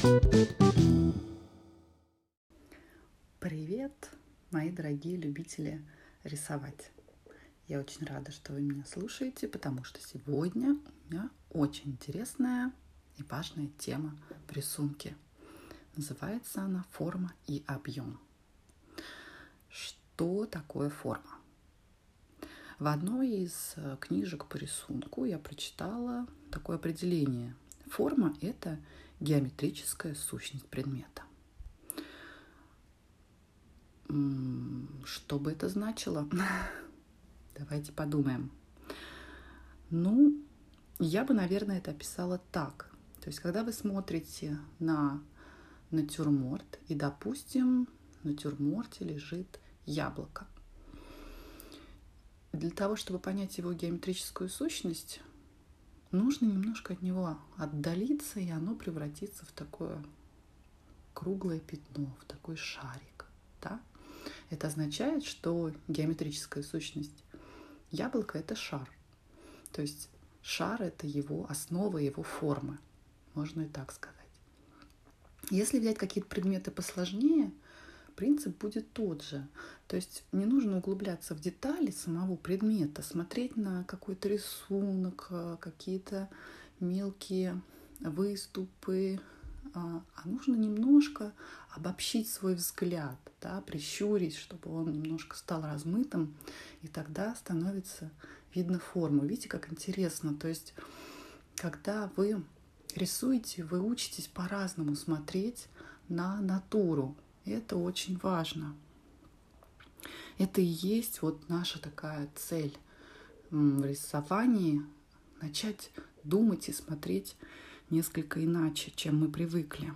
Привет, мои дорогие любители рисовать. Я очень рада, что вы меня слушаете, потому что сегодня у меня очень интересная и важная тема в рисунке. Называется она «Форма и объем». Что такое форма? В одной из книжек по рисунку я прочитала такое определение. Форма – это геометрическая сущность предмета. Что бы это значило? Давайте подумаем. Я бы, наверное, это описала так. То есть, когда вы смотрите на натюрморт, и, допустим, в натюрморте лежит яблоко. Для того, чтобы понять его геометрическую сущность, нужно немножко от него отдалиться, и оно превратится в такое круглое пятно, в такой шарик. Да? Это означает, что геометрическая сущность яблока – это шар. То есть шар – это его основа, его формы. Можно и так сказать. Если взять какие-то предметы посложнее, принцип будет тот же. То есть не нужно углубляться в детали самого предмета, смотреть на какой-то рисунок, какие-то мелкие выступы, а нужно немножко обобщить свой взгляд, да, прищурить, чтобы он немножко стал размытым, и тогда становится видно форму. Видите, как интересно. То есть, когда вы рисуете, вы учитесь по-разному смотреть на натуру. И это очень важно. Это и есть вот наша такая цель в рисовании – начать думать и смотреть несколько иначе, чем мы привыкли.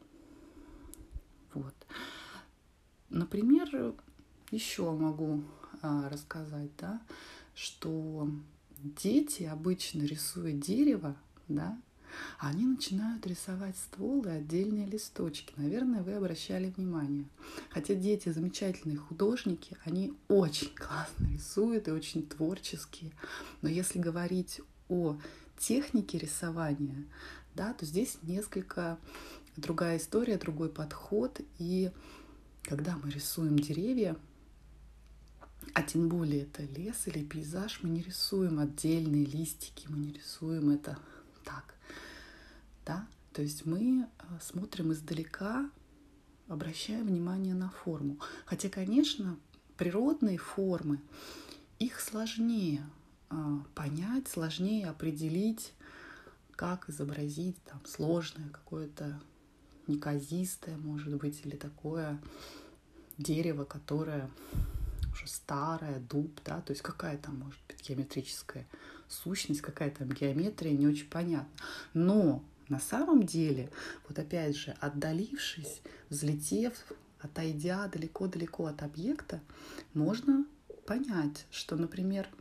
Вот. Например, еще могу рассказать, да, что дети обычно рисуют дерево, да, они начинают рисовать ствол и отдельные листочки. Наверное, вы обращали внимание. Хотя дети замечательные художники, они очень классно рисуют и очень творческие. Но если говорить о технике рисования, да, то здесь несколько другая история, другой подход. И когда мы рисуем деревья, а тем более это лес или пейзаж, мы не рисуем отдельные листики, мы не рисуем это так. Да? То есть мы смотрим издалека, обращаем внимание на форму. Хотя, конечно, природные формы, их сложнее понять, сложнее определить, как изобразить там сложное какое-то неказистое, может быть, или такое дерево, которое уже старое, дуб, да, то есть какая там может быть геометрическая сущность, какая там геометрия, не очень понятно. Но на самом деле, вот опять же, отдалившись, взлетев, отойдя далеко-далеко от объекта, можно понять, что, например,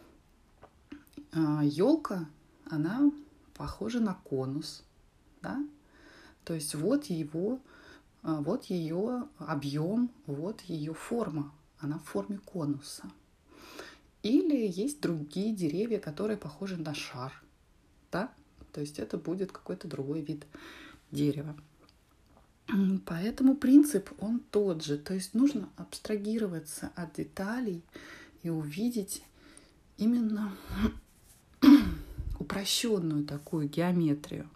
елка, она похожа на конус, да? То есть вот ее объем, вот ее форма, она в форме конуса. Или есть другие деревья, которые похожи на шар, да? То есть это будет какой-то другой вид дерева. Поэтому принцип, он тот же. То есть нужно абстрагироваться от деталей и увидеть именно упрощенную такую геометрию.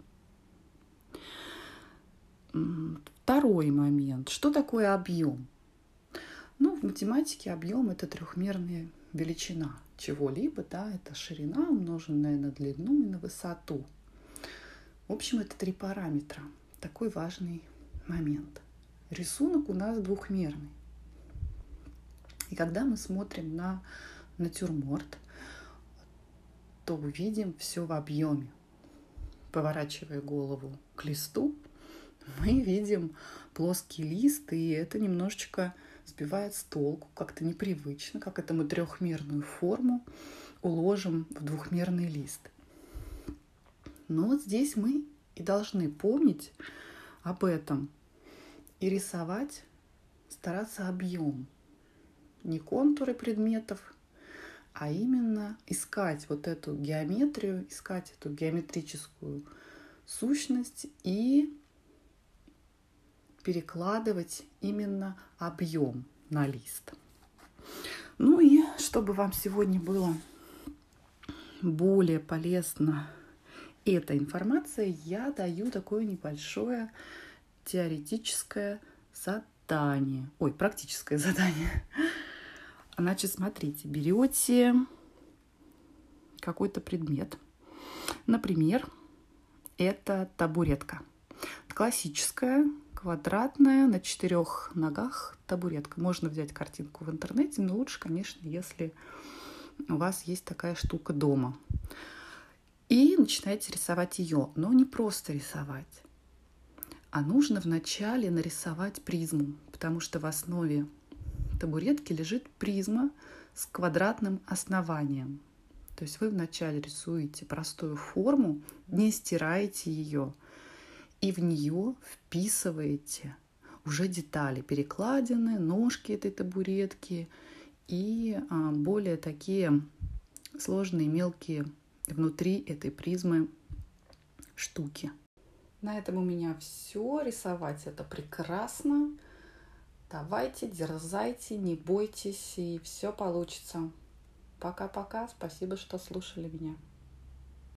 Второй момент. Что такое объем? В математике объем – это трехмерная величина чего-либо, да, это ширина, умноженная на длину и на высоту. В общем, это 3 параметра. Такой важный момент. Рисунок у нас двухмерный. И когда мы смотрим на натюрморт, то увидим все в объеме. Поворачивая голову к листу, мы видим плоский лист, и это немножечко сбивает с толку, как-то непривычно, как это мы трехмерную форму уложим в двухмерный лист. Но вот здесь мы и должны помнить об этом и рисовать, стараться объем, не контуры предметов, а именно искать вот эту геометрию, искать эту геометрическую сущность и перекладывать именно объем на лист. Ну и чтобы вам сегодня было более полезна эта информация, я даю такое небольшое теоретическое задание. Ой, практическое задание. Значит, смотрите, берете какой-то предмет. Например, это табуретка. Классическая, квадратная, на 4 ногах табуретка. Можно взять картинку в интернете, но лучше, конечно, если у вас есть такая штука дома. И начинаете рисовать ее, но не просто рисовать, а нужно вначале нарисовать призму, потому что в основе табуретки лежит призма с квадратным основанием. То есть вы вначале рисуете простую форму, не стираете ее, и в нее вписываете уже детали, перекладины, ножки этой табуретки и более такие сложные мелкие внутри этой призмы штуки. На этом у меня все. Рисовать это прекрасно. Давайте, дерзайте, не бойтесь, и все получится. Пока-пока. Спасибо, что слушали меня.